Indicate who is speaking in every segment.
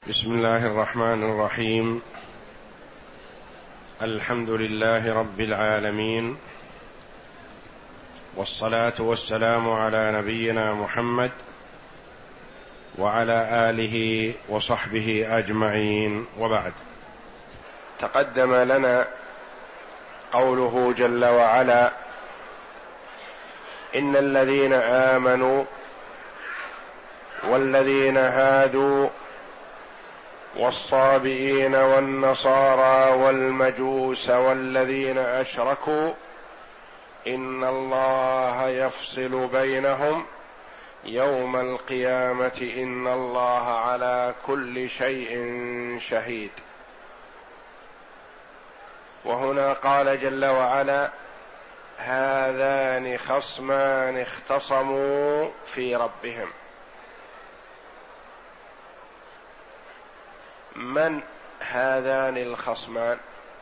Speaker 1: بسم الله الرحمن الرحيم. الحمد لله رب العالمين، والصلاة والسلام على نبينا محمد وعلى آله وصحبه أجمعين، وبعد. تقدم لنا قوله جل وعلا: إن الذين آمنوا والذين هادوا والصابئين والنصارى والمجوس والذين أشركوا إن الله يفصل بينهم يوم القيامة إن الله على كل شيء شهيد. وهنا قال جل وعلا: هذان خصمان اختصموا في ربهم. من هذان الخصمان؟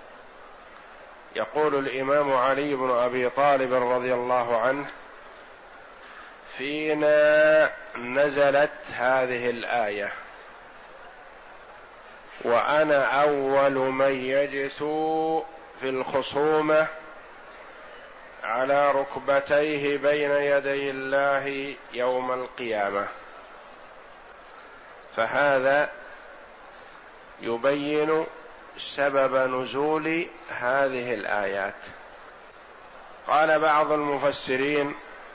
Speaker 1: يقول الإمام علي بن أبي طالب رضي الله عنه: فينا نزلت هذه الآية، وأنا أول من يجثو في الخصومة على ركبتيه بين يدي الله يوم القيامة. فهذا يبين سبب نزول هذه الآيات. قال بعض المفسرين: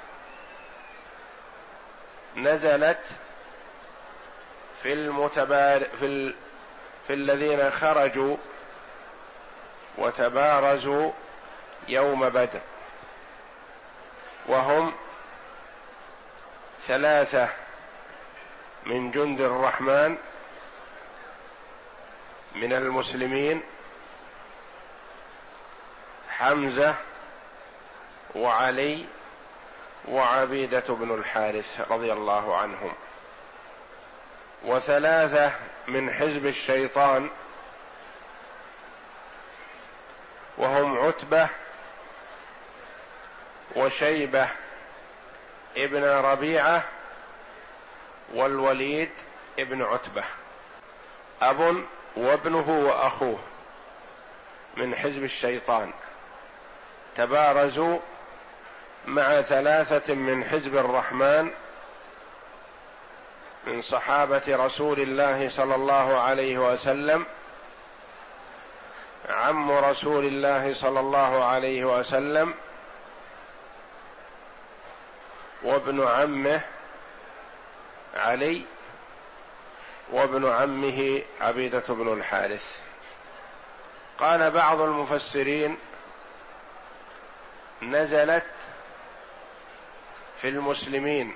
Speaker 1: نزلت في الذين خرجوا وتبارزوا يوم بدر، وهم 3 من جند الرحمن من المسلمين: حمزة وعلي وعبيدة بن الحارث رضي الله عنهم، و3 من حزب الشيطان وهم عتبة وشيبة ابن ربيعة والوليد ابن عتبة، أب وابنه وأخوه من حزب الشيطان، تبارزوا مع 3 من حزب الرحمن من صحابة رسول الله صلى الله عليه وسلم، عم رسول الله صلى الله عليه وسلم وابن عمه علي وابن عمه عبيدة بن الحارث. قال بعض المفسرين: نزلت في المسلمين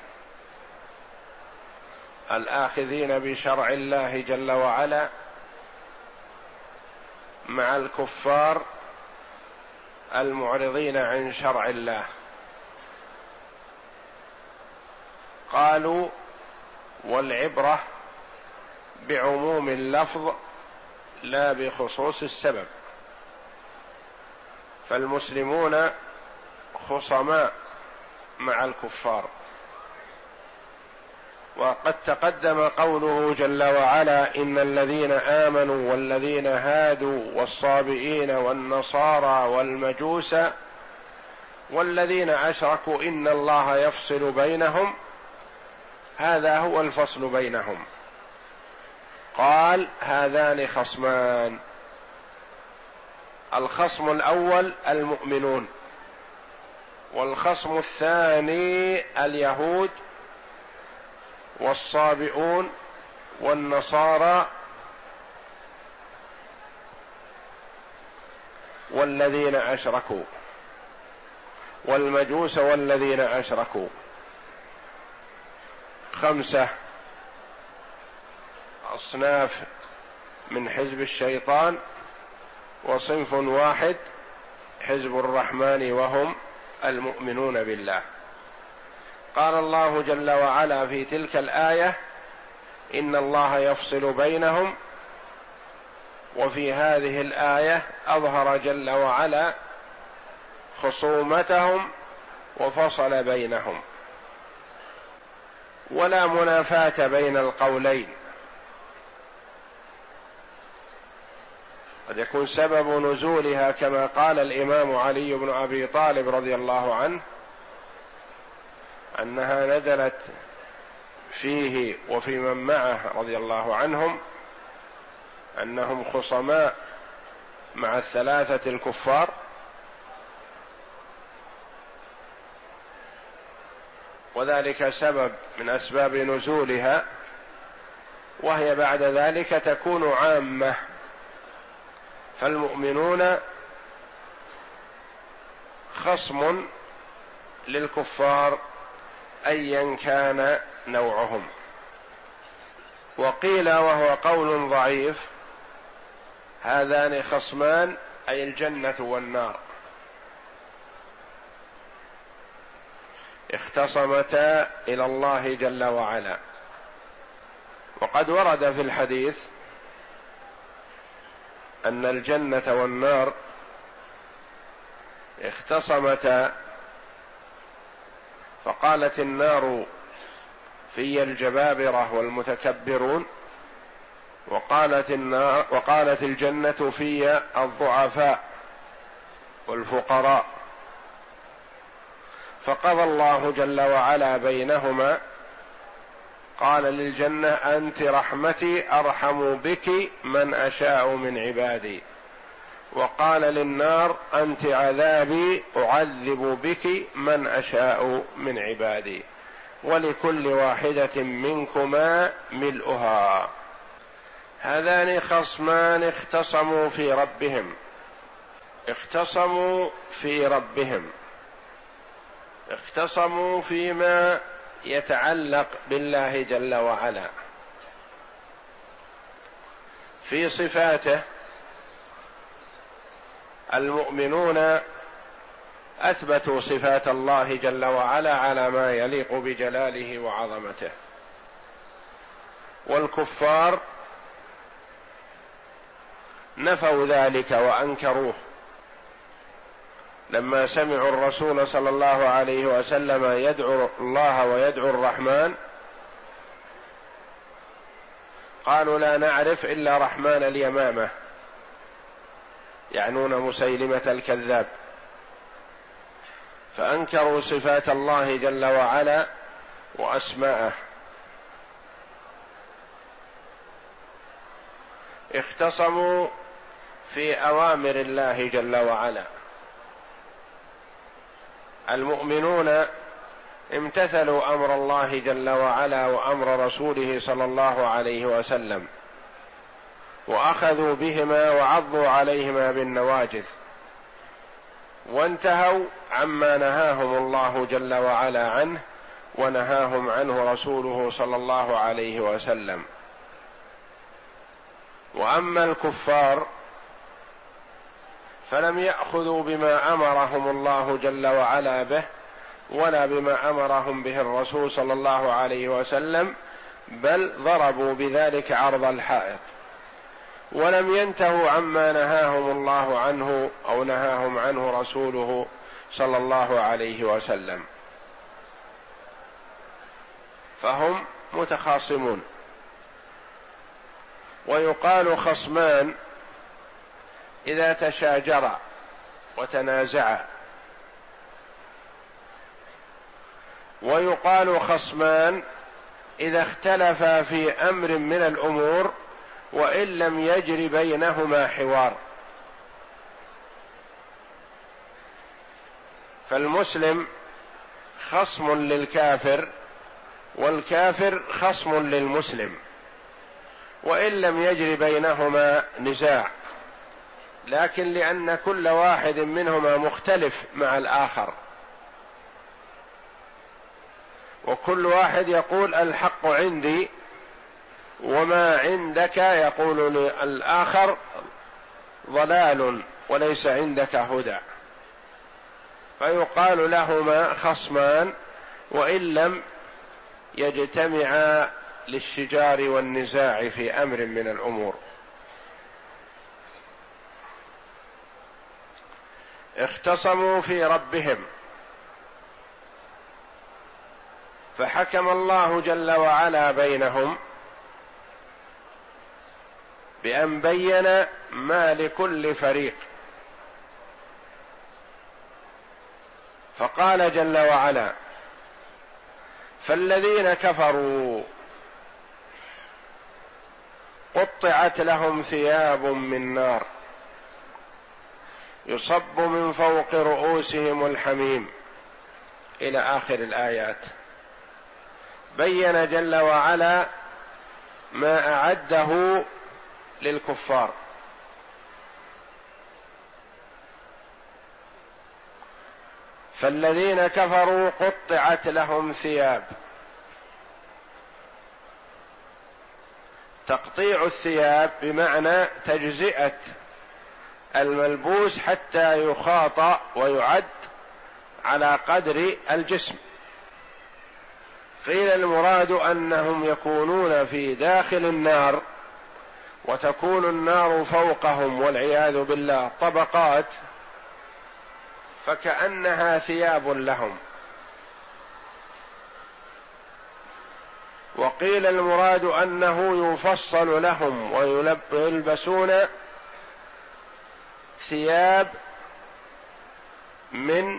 Speaker 1: الآخذين بشرع الله جل وعلا مع الكفار المعرضين عن شرع الله. قالوا: والعبرة بعموم اللفظ لا بخصوص السبب، فالمسلمون خصماء مع الكفار. وقد تقدم قوله جل وعلا: إن الذين آمنوا والذين هادوا والصابئين والنصارى والمجوس والذين أشركوا إن الله يفصل بينهم. هذا هو الفصل بينهم. قال: هذان خصمان. الخصم الأول المؤمنون، والخصم الثاني اليهود والصابئون والنصارى والذين أشركوا، والمجوس والذين أشركوا. 5 أصناف من حزب الشيطان، وصنف واحد حزب الرحمن وهم المؤمنون بالله. قال الله جل وعلا في تلك الآية: إن الله يفصل بينهم. وفي هذه الآية أظهر جل وعلا خصومتهم وفصل بينهم، ولا منافاة بين القولين، قد يكون سبب نزولها كما قال الإمام علي بن أبي طالب رضي الله عنه أنها نزلت فيه وفي من معه رضي الله عنهم أنهم خصماء مع الثلاثة الكفار، وذلك سبب من أسباب نزولها، وهي بعد ذلك تكون عامة، فالمؤمنون خصم للكفار أيا كان نوعهم. وقيل وهو قول ضعيف هذان خصمان أي الجنة والنار اختصمتا إلى الله جل وعلا. وقد ورد في الحديث أن الجنة والنار اختصمتا، فقالت النار في الجبابرة والمتكبرون، وقالت الجنة في الضعفاء والفقراء، فقضى الله جل وعلا بينهما، قال للجنة أنت رحمتي أرحم بك من أشاء من عبادي، وقال للنار أنت عذابي أعذب بك من أشاء من عبادي، ولكل واحدة منكما ملؤها. هذان خصمان اختصموا في ربهم، اختصموا فيما يتعلق بالله جل وعلا في صفاته. المؤمنون أثبتوا صفات الله جل وعلا على ما يليق بجلاله وعظمته، والكفار نفوا ذلك وأنكروه لما سمعوا الرسول صلى الله عليه وسلم يدعو الله ويدعو الرحمن، قالوا لا نعرف إلا رحمن اليمامة، يعنون مسيلمة الكذاب، فأنكروا صفات الله جل وعلا وأسماءه. اختصموا في أوامر الله جل وعلا. المؤمنون امتثلوا أمر الله جل وعلا وأمر رسوله صلى الله عليه وسلم، وأخذوا بهما وعضوا عليهما بالنواجذ، وانتهوا عما نهاهم الله جل وعلا عنه ونهاهم عنه رسوله صلى الله عليه وسلم. وأما الكفار فلم يأخذوا بما أمرهم الله جل وعلا به ولا بما أمرهم به الرسول صلى الله عليه وسلم، بل ضربوا بذلك عرض الحائط، ولم ينتهوا عما نهاهم الله عنه أو نهاهم عنه رسوله صلى الله عليه وسلم، فهم متخاصمون. ويقال خصمان إذا تشاجرا وتنازعا، ويقال خصمان إذا اختلفا في أمر من الأمور وإن لم يجر بينهما حوار. فالمسلم خصم للكافر، والكافر خصم للمسلم، وإن لم يجر بينهما نزاع، لكن لأن كل واحد منهما مختلف مع الآخر، وكل واحد يقول الحق عندي وما عندك يقول الآخر ضلال وليس عندك هدى، فيقال لهما خصمان وإن لم يجتمعا للشجار والنزاع في أمر من الأمور. اختصموا في ربهم، فحكم الله جل وعلا بينهم بأن بين ما لكل فريق، فقال جل وعلا: فالذين كفروا قطعت لهم ثياب من نار يصب من فوق رؤوسهم الحميم، إلى آخر الآيات. بين جل وعلا ما أعده للكفار. فالذين كفروا قطعت لهم ثياب. تقطيع الثياب بمعنى تجزئة الملبوس حتى يخاط ويعد على قدر الجسم. قيل المراد أنهم يكونون في داخل النار، وتكون النار فوقهم والعياذ بالله طبقات، فكأنها ثياب لهم. وقيل المراد أنه يفصل لهم ويلبسون ثياب من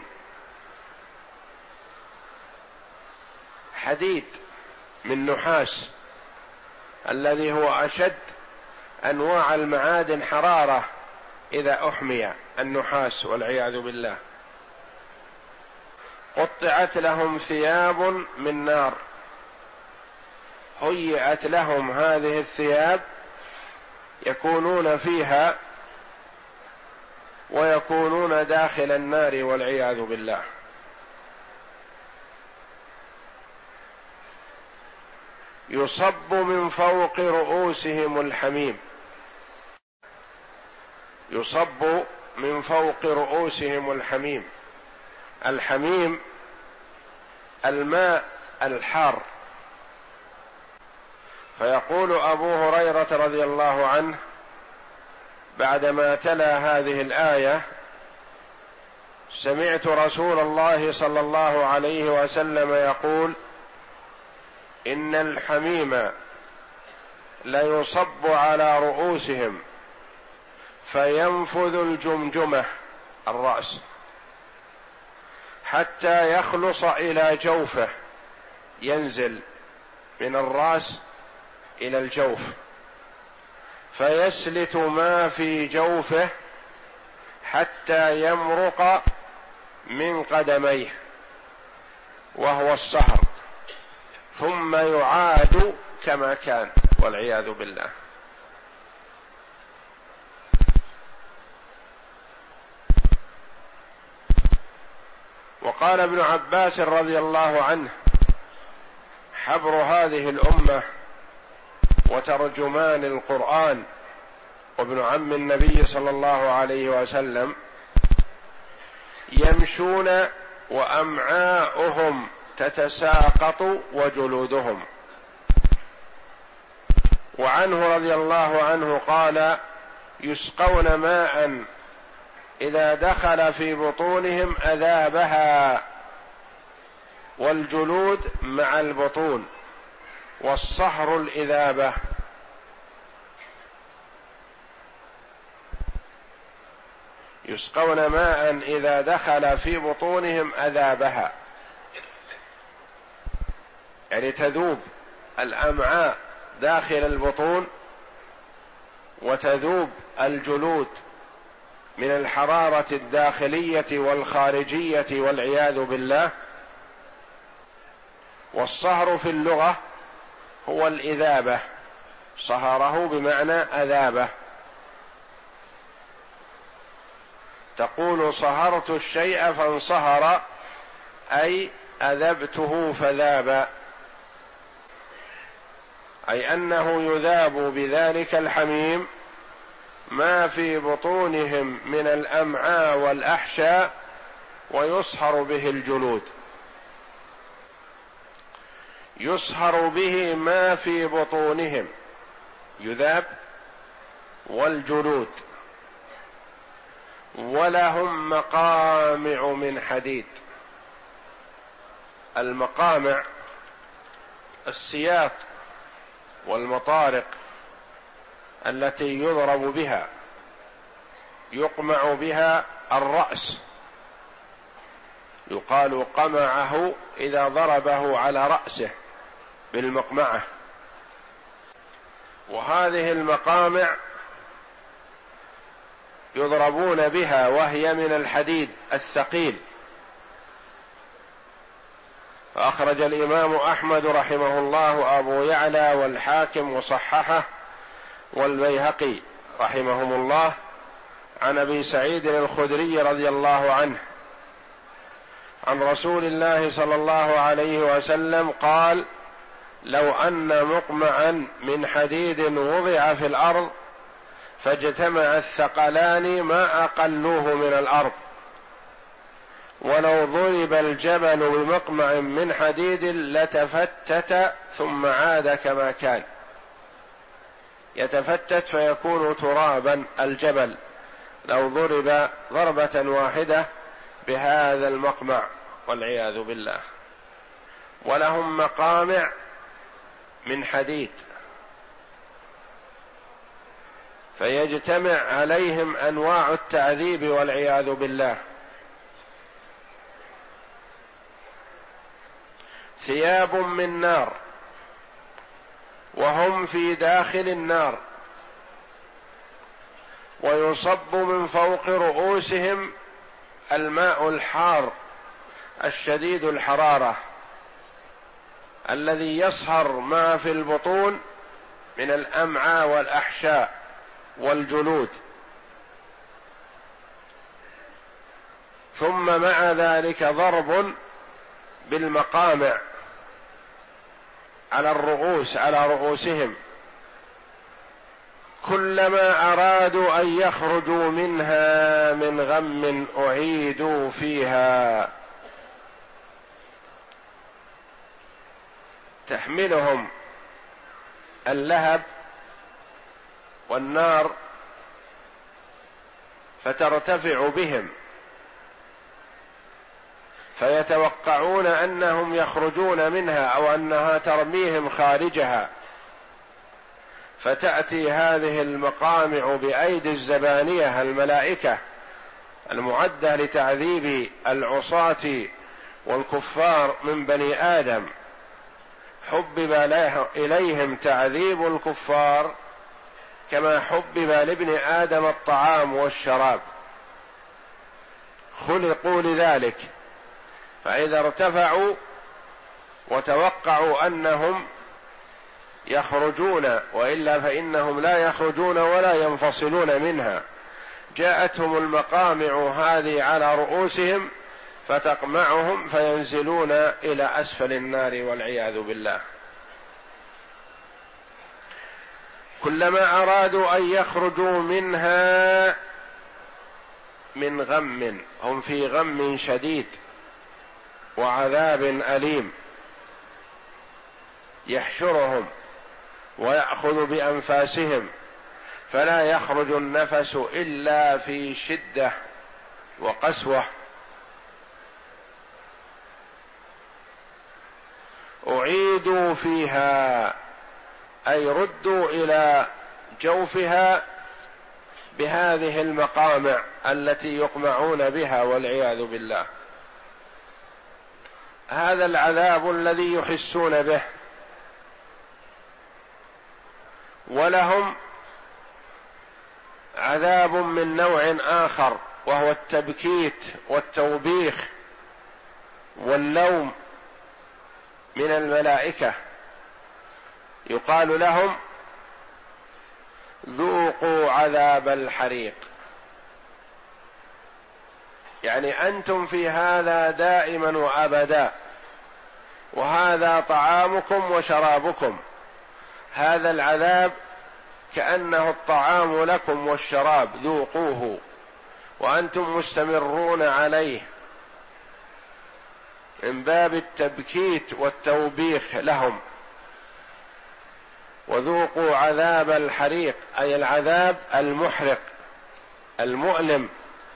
Speaker 1: حديد، من نحاس، الذي هو أشد أنواع المعادن حرارة إذا أحمي، النحاس والعياذ بالله. قطعت لهم ثياب من نار، هيئت لهم هذه الثياب يكونون فيها ويكونون داخل النار والعياذ بالله. يصب من فوق رؤوسهم الحميم. يصب من فوق رؤوسهم الحميم. الحميم الماء الحار. فيقول أبو هريرة رضي الله عنه بعدما تلا هذه الآية: سمعت رسول الله صلى الله عليه وسلم يقول: إن الحميم ليصب على رؤوسهم فينفذ الجمجمة، الرأس، حتى يخلص إلى جوفه، ينزل من الرأس إلى الجوف، فيسلت ما في جوفه حتى يمرق من قدميه، وهو الصهر، ثم يعاد كما كان، والعياذ بالله. وقال ابن عباس رضي الله عنه: حبر هذه الأمة وترجمان القرآن وابن عم النبي صلى الله عليه وسلم يمشون وأمعاؤهم تتساقط وجلودهم. وعنه رضي الله عنه قال: يسقون ماء إذا دخل في بطونهم أذابها، والجلود مع البطون، والصهر الإذابة. يسقون ماء إذا دخل في بطونهم أذابها، يعني تذوب الأمعاء داخل البطون، وتذوب الجلود من الحرارة الداخلية والخارجية والعياذ بالله. والصهر في اللغة هو الإذابة، صهره بمعنى أذابه. تقول: صهرت الشيء فانصهر، أي أذبته فذاب، أي أنه يذاب بذلك الحميم ما في بطونهم من الأمعاء والأحشاء، ويصهر به الجلود. يصهر به ما في بطونهم، يذاب، والجلود. ولهم مقامع من حديد. المقامع السياط والمطارق التي يضرب بها، يقمع بها الرأس، يقال قمعه إذا ضربه على رأسه بالمقمعة. وهذه المقامع يضربون بها وهي من الحديد الثقيل. فأخرج الإمام أحمد رحمه الله وأبو يعلى والحاكم وصححه والبيهقي رحمهم الله عن أبي سعيد الخدري رضي الله عنه عن رسول الله صلى الله عليه وسلم قال: لو أن مقمعا من حديد وضع في الأرض فاجتمع الثقلان ما أقلوه من الأرض، ولو ضرب الجبل بمقمع من حديد لتفتت ثم عاد كما كان. يتفتت فيكون ترابا الجبل لو ضرب ضربة واحدة بهذا المقمع والعياذ بالله. ولهم مقامع من حديد فيجتمع عليهم أنواع التعذيب والعياذ بالله. ثياب من نار وهم في داخل النار، ويصب من فوق رؤوسهم الماء الحار الشديد الحرارة الذي يصهر ما في البطون من الأمعاء والأحشاء والجلود، ثم مع ذلك ضرب بالمقامع على الرؤوس، على رؤوسهم، كلما أرادوا أن يخرجوا منها من غم أعيدوا فيها. تحملهم اللهب والنار فترتفع بهم، فيتوقعون أنهم يخرجون منها أو أنها ترميهم خارجها، فتأتي هذه المقامع بأيدي الزبانية الملائكة المعدة لتعذيب العصاة والكفار من بني آدم. حبب إليهم تعذيب الكفار كما حبب لابن آدم الطعام والشراب، خلقوا لذلك. فإذا ارتفعوا وتوقعوا أنهم يخرجون، وإلا فإنهم لا يخرجون ولا ينفصلون منها، جاءتهم المقامع هذه على رؤوسهم فتقمعهم فينزلون إلى أسفل النار والعياذ بالله. كلما أرادوا أن يخرجوا منها من غم، هم في غم شديد وعذاب أليم يحشرهم ويأخذ بأنفاسهم، فلا يخرج النفس إلا في شدة وقسوة. أعيدوا فيها أي ردوا إلى جوفها بهذه المقامع التي يقمعون بها والعياذ بالله. هذا العذاب الذي يحسون به. ولهم عذاب من نوع آخر وهو التبكيت والتوبيخ واللوم من الملائكة. يقال لهم: ذوقوا عذاب الحريق، يعني أنتم في هذا دائما وأبدا، وهذا طعامكم وشرابكم. هذا العذاب كأنه الطعام لكم والشراب، ذوقوه وأنتم مستمرون عليه، من باب التبكيت والتوبيخ لهم. وذوقوا عذاب الحريق أي العذاب المحرق المؤلم.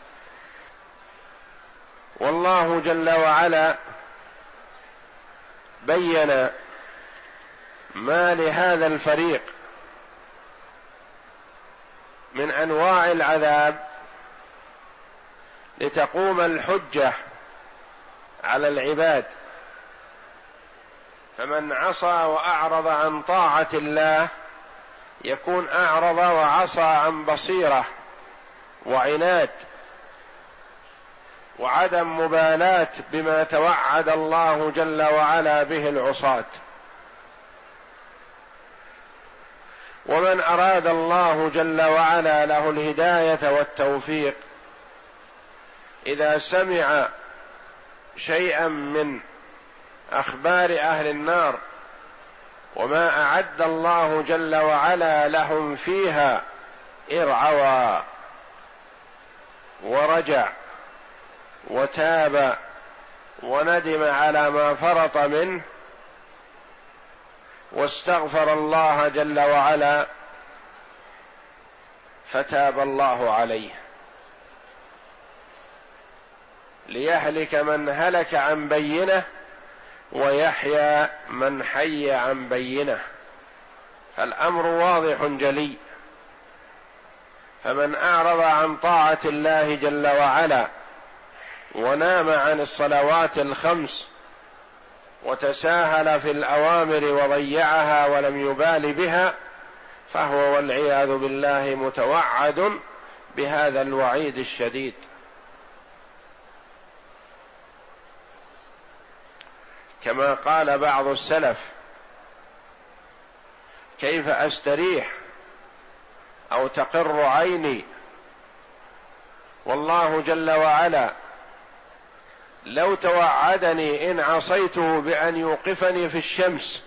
Speaker 1: والله جل وعلا بين ما لهذا الفريق من انواع العذاب لتقوم الحجة على العباد، فمن عصى وأعرض عن طاعة الله يكون أعرض وعصى عن بصيرة وعناد وعدم مبالاة بما توعد الله جل وعلا به العصاة. ومن أراد الله جل وعلا له الهداية والتوفيق إذا سمع شيئا من أخبار أهل النار وما أعد الله جل وعلا لهم فيها ارعوى ورجع وتاب وندم على ما فرط منه واستغفر الله جل وعلا فتاب الله عليه، ليهلك من هلك عن بينه ويحيى من حي عن بينه. فالأمر واضح جلي. فمن أعرض عن طاعة الله جل وعلا ونام عن الصلوات الخمس وتساهل في الأوامر وضيعها ولم يبال بها فهو والعياذ بالله متوعد بهذا الوعيد الشديد. كما قال بعض السلف: كيف أستريح أو تقر عيني والله جل وعلا لو توعدني إن عصيته بأن يوقفني في الشمس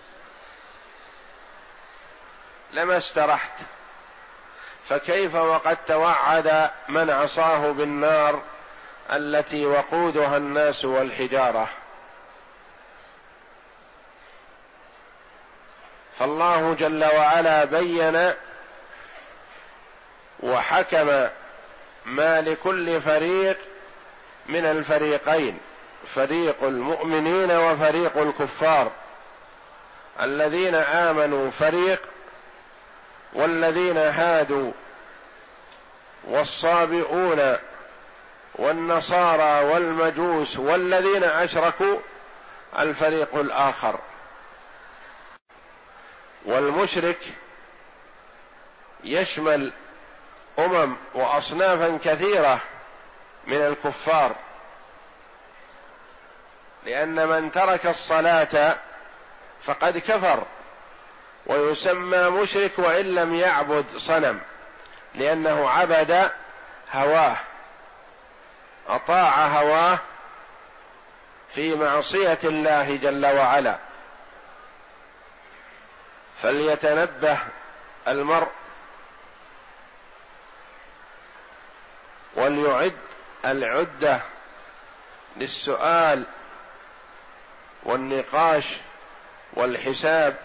Speaker 1: لما استرحت، فكيف وقد توعد من عصاه بالنار التي وقودها الناس والحجارة. فالله جل وعلا بين وحكم ما لكل فريق من الفريقين، فريق المؤمنين وفريق الكفار. الذين آمنوا فريق، والذين هادوا والصابئون والنصارى والمجوس والذين أشركوا الفريق الآخر. والمشرك يشمل وأصنافا كثيرة من الكفار، لأن من ترك الصلاة فقد كفر ويسمى مشرك وإن لم يعبد صنم، لأنه عبد هواه، أطاع هواه في معصية الله جل وعلا. فليتنبه المرء وليعد العدة للسؤال والنقاش والحساب،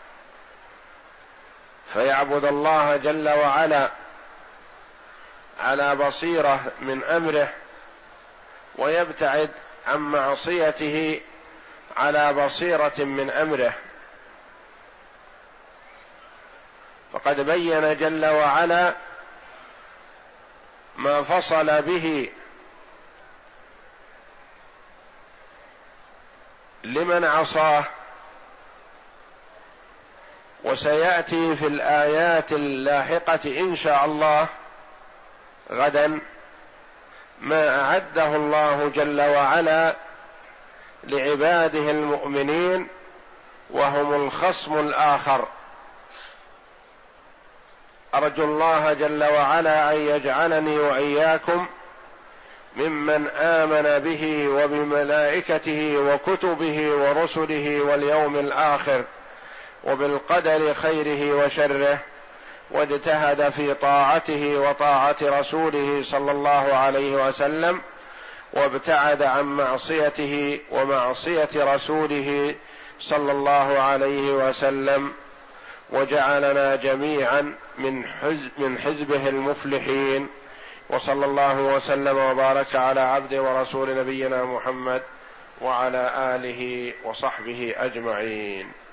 Speaker 1: فيعبد الله جل وعلا على بصيرة من أمره، ويبتعد عن معصيته على بصيرة من أمره. فقد بين جل وعلا ما فصل به لمن عصاه، وسيأتي في الآيات اللاحقة إن شاء الله غدا ما أعده الله جل وعلا لعباده المؤمنين وهم الخصم الآخر. أرجو الله جل وعلا أن يجعلني وإياكم ممن آمن به وبملائكته وكتبه ورسله واليوم الآخر وبالقدر خيره وشره، واجتهد في طاعته وطاعة رسوله صلى الله عليه وسلم، وابتعد عن معصيته ومعصية رسوله صلى الله عليه وسلم، وجعلنا جميعا من حزبه المفلحين. وصلى الله وسلم وبارك على عبده ورسول نبينا محمد وعلى آله وصحبه أجمعين.